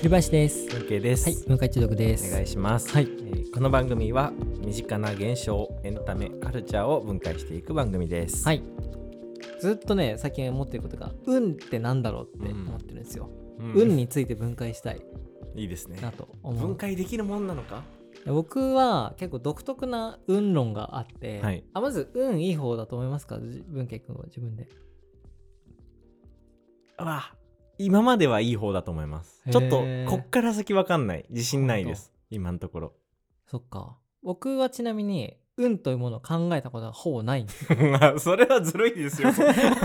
栗林です。 文系です。 はい、文化一読です。 お願いします。 はい、 この番組は身近な現象、エンタメ、カルチャーを分解していく番組です。 はい。ずっとね、最近思ってることが、運ってなんだろうって思ってるんですよ。運について分解したいいいですね。 なと思う。 分解できるもんなのか？ 僕は結構独特な運論があって、 はい、 まず運いい方だと思いますか？文系君は自分で。 今まではいい方だと思います。ちょっとこっから先わかんない。自信ないです。今のところ。 そっか。僕はちなみに運というものを考えたことがほぼないんですよ。 それはずるいですよ。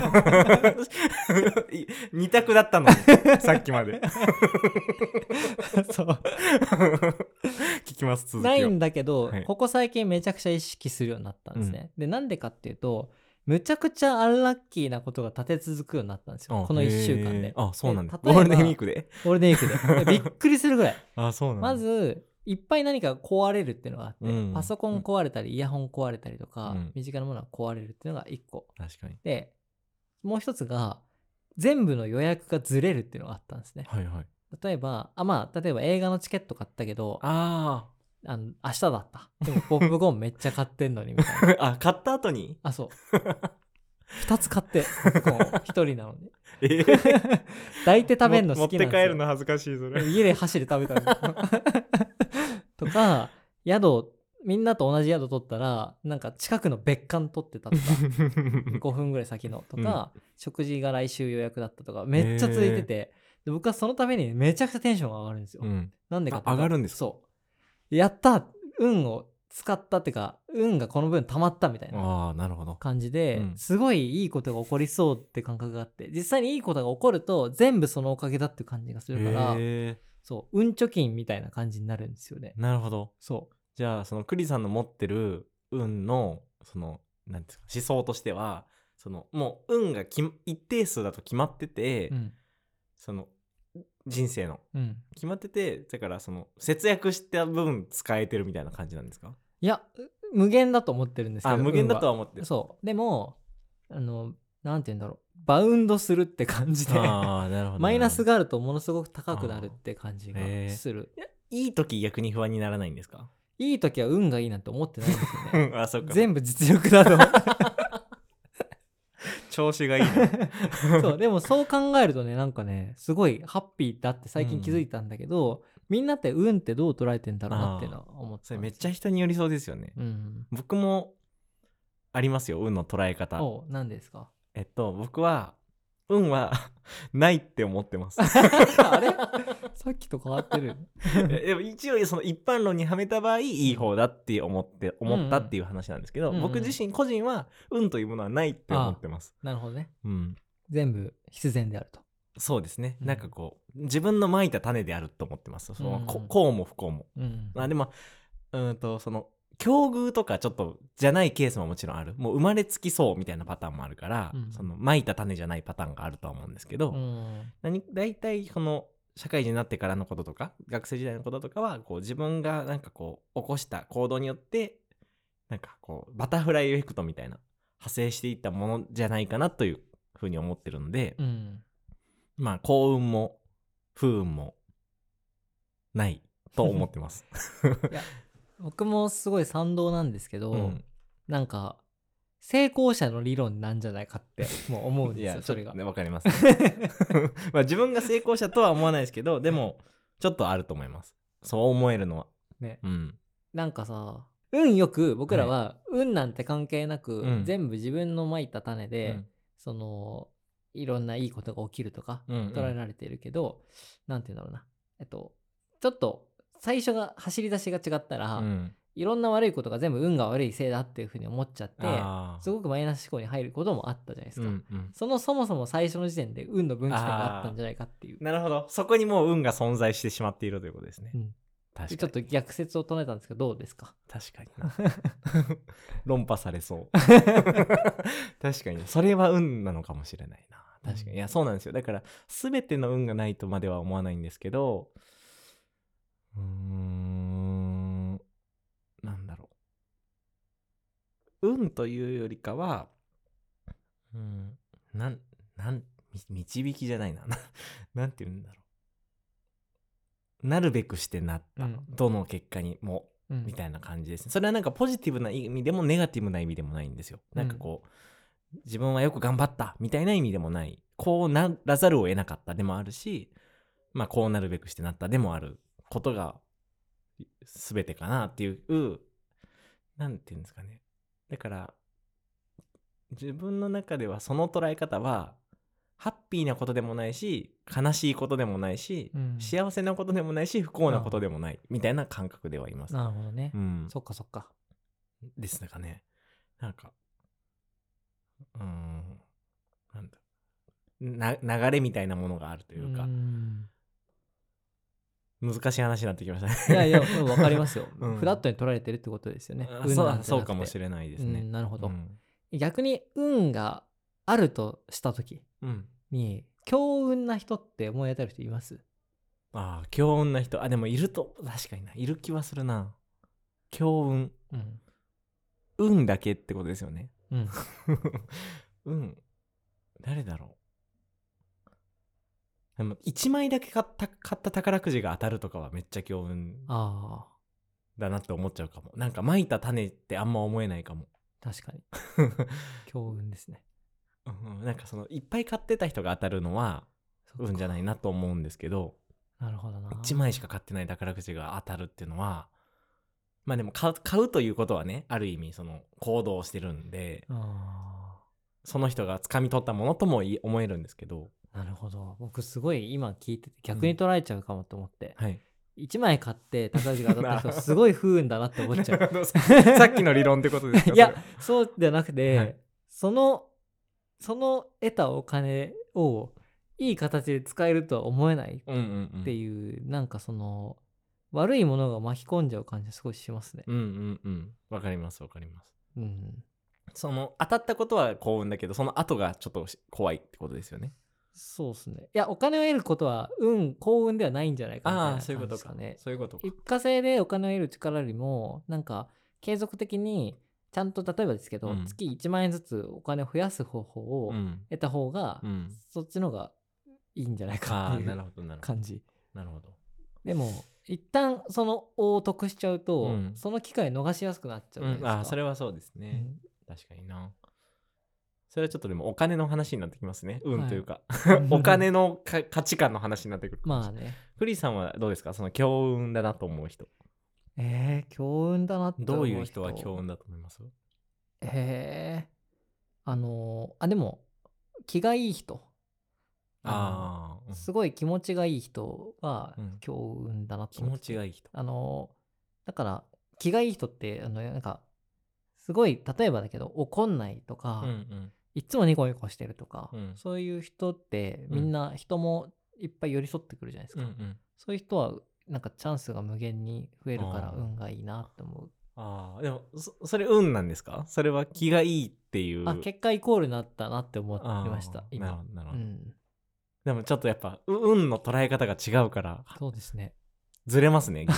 二択だったのにさっきまで。 そう聞きます。続きないを。 んだけど、 はい、 ここ最近めちゃくちゃ意識するようになったんですね。で、なんでかっていうと、むちゃくちゃアンラッキーなことが立て続くようになったんですよ。この1週間で。 そうなんだ。 例えばゴールデンウィークで。 ゴールデンウィークで。びっくりするぐらい。 そうなんだ。 まず、いっぱい何かが壊れるっていうのがあって、パソコン壊れたり、イヤホン壊れたりとか、身近なものが壊れるっていうのが1個。 確かに。 で、もう一つが、全部の予約がずれるっていうのがあったんですね。 はいはい。 例えば、例えば映画のチケット買ったけど、明日だった。でもポップコーンめっちゃ買ってんのにみたいな。 買った後にそう。2つ買って、ポップコーンを1人なのに。抱いて食べるの好きなんですよ。 持って帰るの恥ずかしいそれ。 家で箸で食べたの。とか、みんなと同じ宿取ったら、なんか近くの別館取ってたとか、5分ぐらい先のとか、食事が来週予約だったとか、めっちゃ続いてて、で僕はそのためにめちゃくちゃテンションが上がるんですよ。なんでかっていうと、 上がるんですか？ そう。やった運を使ったってか、運がこの分溜まったみたいななるほど感じで、すごいいいことが起こりそうって感覚があって、実際にいいことが起こると全部そのおかげだっていう感じがするから、そう、運貯金みたいな感じになるんですよね。 なるほど。 そう。 じゃあそのクリさんの持ってる運のそのなんですか、思想としては、そのもう運が一定数だと決まってて、その人生の、決まってて、だからその節約した分使えてるみたいな感じなんですか？ いや、無限だと思ってるんですけど、 無限だとは思ってる。 そう。でも、なんて言うんだろう。バウンドするって感じでなるほどマイナスがあるとものすごく高くなるって感じがする。 いい時逆に不安にならないんですか？ いい時は運がいいなんて思ってないんですよね。 そうか。 全部実力だと思って調子がいいな。 そう、でもそう考えるとね、なんかね、すごいハッピーだって最近気づいたんだけど、みんなって運ってどう捉えてんだろうなっていうのは思って。 それめっちゃ人によりそうですよね。僕もありますよ、運の捉え方。 何ですか？ 僕は運はないって思ってます。 あれさっきと変わってる。 でも一応その一般論にはめた場合いい方だって思ったっていう話なんですけど、僕自身個人は運というものはないって思ってます。 なるほどね。全部必然であると。 そうですね。なんかこう自分の蒔いた種であると思ってます。その幸も不幸も。でもその境遇とかちょっとじゃないケースももちろんある。もう生まれつきそうみたいなパターンもあるから、その蒔いた種じゃないパターンがあるとは思うんですけど、大体この社会人になってからのこととか学生時代のこととかはこう自分がなんかこう起こした行動によってなんかこうバタフライエフェクトみたいな派生していったものじゃないかなというふうに思ってるので、幸運も不運もないと思ってます。 いや僕もすごい賛同なんですけど、なんか成功者の理論なんじゃないかってもう思うんですよ。それがわかります、自分が成功者とは思わないですけど、でもちょっとあると思います、そう思えるのはね。 なんかさ、運よく僕らは運なんて関係なく、全部自分の蒔いた種で、そのいろんないいことが起きるとか捉えられているけど、なんて言うんだろうな、ちょっと最初が走り出しが違ったら、いろんな悪いことが全部運が悪いせいだっていうふうに思っちゃって、すごくマイナス思考に入ることもあったじゃないですか。そもそも最初の時点で運の分岐点があったんじゃないかっていう。 なるほど、そこにもう運が存在してしまっているということですね。 確かにちょっと逆説を唱えたんですけど、どうですか？ 確かにな。論破されそう。確かにそれは運なのかもしれないな。確かに、いやそうなんですよ。だから全ての運がないとまでは思わないんですけど、なんだろう、運というよりかは導きじゃないな。なんて言うんだろなるべくしてなった、どの結果にも、みたいな感じですね。それはなんかポジティブな意味でもネガティブな意味でもないんですよ。なんかこう自分はよく頑張ったみたいな意味でもない、こうならざるを得なかったでもあるし、まあこうなるべくしてなったでもあることが全てかなっていう、なんていうんですかね。だから自分の中ではその捉え方はハッピーなことでもないし、悲しいことでもないし、幸せなことでもないし、不幸なことでもないみたいな感覚ではいます。 なるほどね。そっかそっか。 ですかね。なんかなんだ流れみたいなものがあるというか、難しい話になってきましたね。 いやいや、わかりますよ。フラットに取られてるってことですよね。 そうかもしれないですね。 なるほど。逆に運があるとした時に、強運な人って思い当たる人います？ ああ、強運な人。でもいると、確かにな。いる気はするな。強運。運だけってことですよね。運。誰だろう。でも、1枚だけ買った宝くじが当たるとかはめっちゃ強運だなって思っちゃうかも。なんか、蒔いた種ってあんま思えないかも。 確かに。強運ですね。 なんかいっぱい買ってた人が当たるのは運じゃないなと思うんですけど、 なるほどな。 1枚しか買ってない宝くじが当たるっていうのは、まあでも買うということはね、ある意味行動をしてるんで、その人が掴み取ったものとも思えるんですけど。 なるほど。僕すごい今聞いてて逆に捉えちゃうかもと思って、 はい、 1枚買って宝くじが当たった人すごい不運だなって思っちゃう。 さっきの理論ってことですか？ いや、そうじゃなくて、その得たお金をいい形で使えるとは思えないっていう、なんか悪いものが巻き込んじゃう感じがすごいしますね。 わかりますわかります。当たったことは幸運だけど、その後がちょっと怖いってことですよね。 そうですね。いや、お金を得ることは幸運ではないんじゃないかみたいな感じですかね。 そういうことか。 一過性でお金を得る力よりも、なんか継続的にちゃんと、例えばですけど、月1万円ずつお金を増やす方法を得た方が、そっちのがいいんじゃないかっていう感じ。 なるほど。 でも一旦を得しちゃうと、その機会逃しやすくなっちゃうじゃないですか。 それはそうですね。確かにな。それはちょっとでもお金の話になってきますね。運というか、お金の価値観の話になってくる。 まあね。 フリーさんはどうですか？強運だなと思う人。 強運だなって思う人。 どういう人は強運だと思います？ でも気がいい人、すごい気持ちがいい人は強運だなと思って。 気持ちがいい人。 だから気がいい人ってなんかすごい、例えばだけど怒んないとか、いつもニコニコしてるとか、そういう人ってみんな人もいっぱい寄り添ってくるじゃないですか。そういう人はなんかチャンスが無限に増えるから運がいいなって思う。 でもそれ運なんですか？それは気がいいっていう。 結果イコールになったなって思ってました今。 なるほど。でもちょっとやっぱ運の捉え方が違うから。 そうですね。 ずれますね。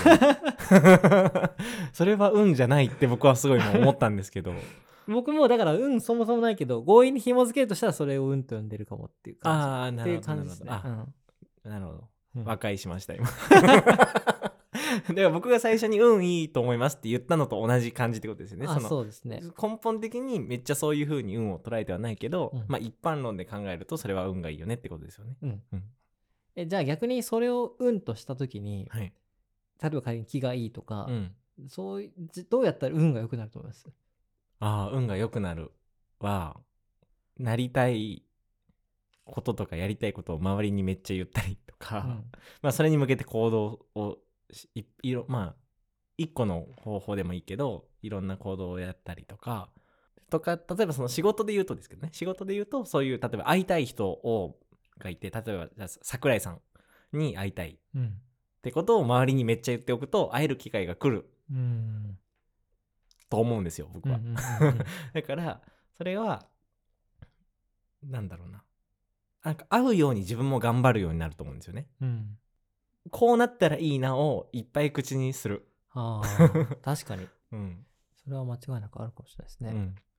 それは運じゃないって僕はすごい思ったんですけど。 僕もだから運そもそもないけど、強引に紐付けるとしたらそれを運と呼んでるかもっていう感じ。っていう感じですね。 なるほど。和解しました今。では僕が最初に運いいと思いますって言ったのと同じ感じってことですよね。 そうですね。 根本的にめっちゃそういう風に運を捉えてはないけど、まあ一般論で考えるとそれは運がいいよねってことですよね。 じゃあ逆にそれを運とした時に、例えば仮に気がいいとか、どうやったら運が良くなると思います？ 運が良くなるは、なりたいこととかやりたいことを周りにめっちゃ言ったりとか、まあそれに向けて行動をまあ一個の方法でもいいけど、いろんな行動をやったりとか、例えば仕事で言うとですけどね、仕事で言うとそういう例えば会いたい人がいて、例えばじゃあ桜井さんに会いたいってことを周りにめっちゃ言っておくと、会える機会が来ると思うんですよ僕は。だからそれはなんだろうな、なんか会うように自分も頑張るようになると思うんですよね。こうなったらいいなをいっぱい口にする。 確かに。それは間違いなくあるかもしれないですね。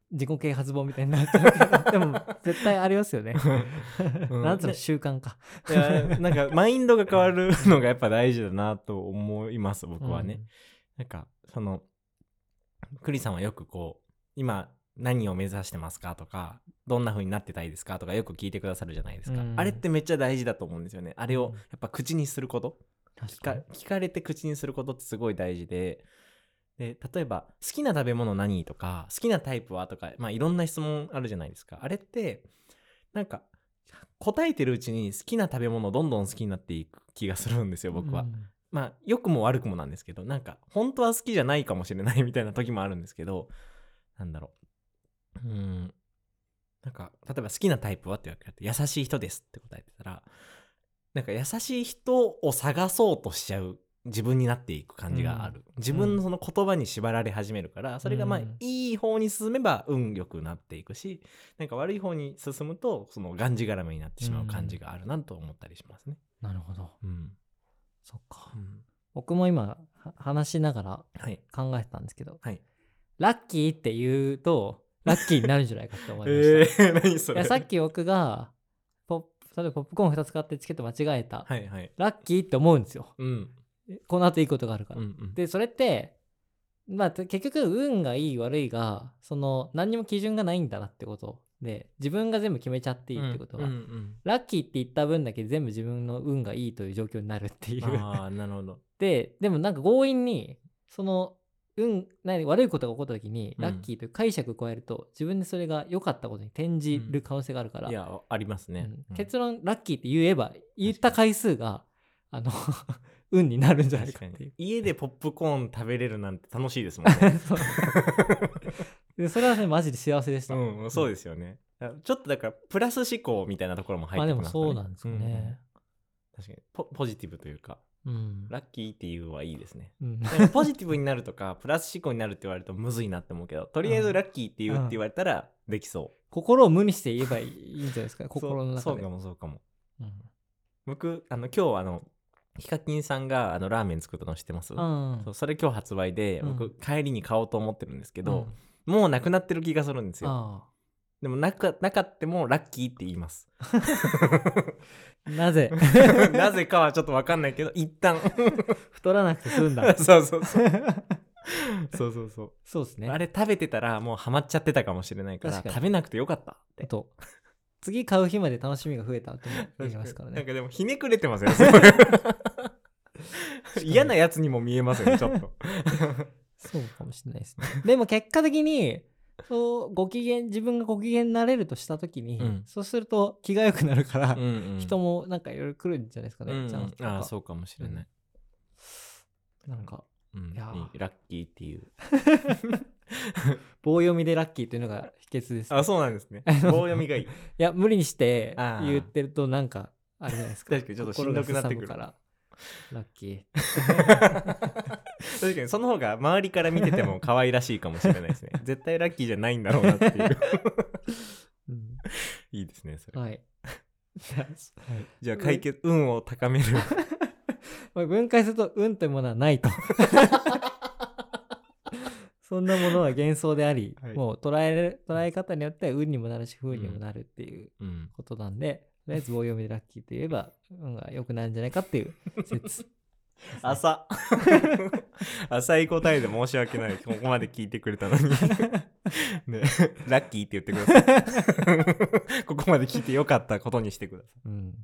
自己啓発本みたいになっちゃうけどでも絶対ありますよねなんつうの習慣かいやなんかマインドが変わるのがやっぱ大事だなと思います僕はね、なんかそのクリさんはよくこう今何を目指してますかとかどんな風になってたいですかとかよく聞いてくださるじゃないですか、あれってめっちゃ大事だと思うんですよね。あれをやっぱ口にすること、聞かれて口にすることってすごい大事で、例えば好きな食べ物何とか好きなタイプはとか、まあいろんな質問あるじゃないですか。あれってなんか答えてるうちに好きな食べ物をどんどん好きになっていく気がするんですよ僕は、まあ良くも悪くもなんですけど、なんか本当は好きじゃないかもしれないみたいな時もあるんですけど、なんだろう、なんか例えば好きなタイプはって言われて優しい人ですって答えてたら、なんか優しい人を探そうとしちゃう自分になっていく感じがある、自分のその言葉に縛られ始めるから、それがまあいい方に進めば運良くなっていくし、なんか悪い方に進むとそのがんじがらめになってしまう感じがあるなと思ったりしますね。 なるほど、そっか、僕も今話しながら考えてたんですけど、ラッキーって言うとラッキーになるんじゃないかって思いました。何それ。いやさっき僕が例えばポップコーン2つ買ってチケット間違えた、ラッキーって思うんですよ、この後いいことがあるから、でそれってまあ結局運がいい悪いがその何にも基準がないんだなってことで、自分が全部決めちゃっていいってことは、ラッキーって言った分だけ全部自分の運がいいという状況になるっていうああなるほどでもなんか強引にその悪いことが起こった時にラッキーという解釈を加えると、自分でそれが良かったことに転じる可能性があるから、 いやありますね、 結論ラッキーって言った回数が運になるんじゃないかっていう。 家でポップコーン食べれるなんて楽しいですもんねでそれはねマジで幸せでした、 そうですよね。ちょっとだからプラス思考みたいなところも入ってきますかね。 でもそうなんですよね、 確かにポジティブというか、ラッキーっていうはいいですね、ポジティブになるとかプラス思考になるって言われるとむずいなって思うけど、とりあえずラッキーって言うって言われたらできそう、 心を無にして言えばいいんじゃないですか心の中で。 そうかも、僕今日ヒカキンさんがラーメン作ったの知ってます？それ今日発売で、僕帰りに買おうと思ってるんですけど、もうなくなってる気がするんですよ。でもなかってもラッキーって言いますなぜなぜかはちょっと分かんないけど一旦太らなくて済んだそうですね。 あれ食べてたらもうハマっちゃってたかもしれないから食べなくてよかったって次買う日まで楽しみが増えたと思いますからね。 なんかでもひねくれてますよ嫌なやつにも見えますよねちょっとそうかもしれないですね。でも結果的に自分がご機嫌になれるとした時に、そうすると気が良くなるから、人もなんかいろいろ来るんじゃないですかね。 そうかもしれない。 なんか、 ラッキーっていう棒読みでラッキーっていうのが秘訣です、 ね。そうなんですね。棒読みがいい。いや無理にして言ってるとなんかあれじゃないですか。 確かにちょっとしんどくなってくるから。 ラッキー確かにその方が周りから見てても可愛らしいかもしれないですね。絶対ラッキーじゃないんだろうなっていういいですねそれ。 はい。 じゃあ解決運を高める分解すると運というものはないとそんなものは幻想であり、もう捉え方によっては運にもなるし不運にもなるっていうことなんで、とりあえず棒読みでラッキーと言えば運が良くなるんじゃないかっていう説浅い答えで申し訳ない。ここまで聞いてくれたのにね、ラッキーって言ってくださいここまで聞いてよかったことにしてくださ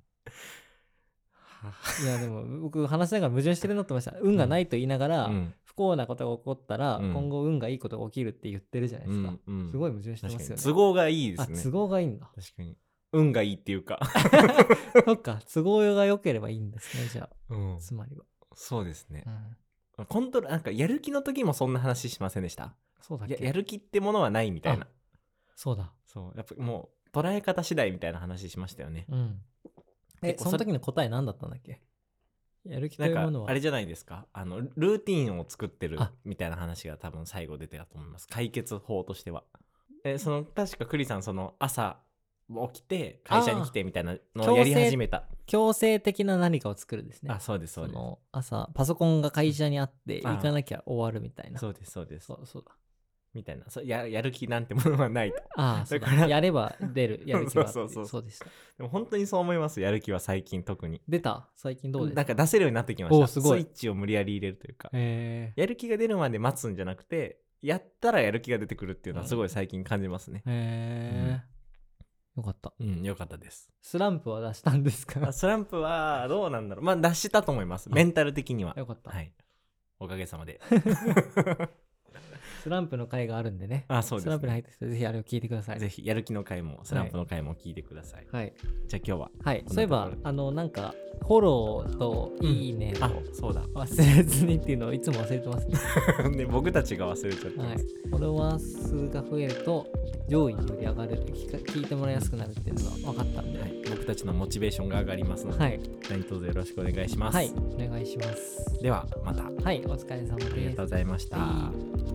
い。いやでも僕話しながら矛盾してるなと思いました。運がないと言いながら、不幸なことが起こったら、今後運がいいことが起きるって言ってるじゃないですか、すごい矛盾してますよね。 都合がいいですね。 都合がいいんだ。 確かに運がいいっていうかそっか、都合が良ければいいんですね、じゃあ、つまりは。 そうですね、なんかやる気の時もそんな話しませんでした？ そうだっけ？ やる気ってものはないみたいな。 そうだ。 やっぱもう捉え方次第みたいな話しましたよね。 その時の答え何だったんだっけ？やる気というものはあれじゃないですか、ルーティンを作ってるみたいな話が多分最後出てたと思います。解決法としては確かクリさん朝起きて会社に来てみたいなのをやり始めた。 強制的な何かを作るですね。 そうです。 朝パソコンが会社にあって行かなきゃ終わるみたいな。 そうです。 そうだ。 みたいな、やる気なんてものはないと。 ああ、だからやれば出るやる気はそうでした。 でも本当にそう思います。やる気は最近特に出た。最近どうですか？ なんか出せるようになってきました。 すごいスイッチを無理やり入れるというか、やる気が出るまで待つんじゃなくて、やったらやる気が出てくるっていうのはすごい最近感じますね。 よかった。 よかったです。 スランプは出したんですか？ スランプはどうなんだろう。まあ出したと思います。メンタル的には。 よかった。 はい。おかげさまで。 スランプの回があるんでね。 そうですね。 スランプに入ってぜひあれを聞いてください。 ぜひやる気の回もスランプの回も聞いてください。 はい。 じゃあ今日は。 はい。そういえばなんかフォローといいねをそうだ。 忘れずにっていうのをいつも忘れてますね。 ね、僕たちが忘れちゃってます。 はい。フォロワー数が増えると上位により上がるって聞いてもらいやすくなるっていうのが分かったんで、 僕たちのモチベーションが上がりますので、何卒よろしくお願いします。 はい。お願いします。 ではまた。 はい。お疲れ様です。 ありがとうございました。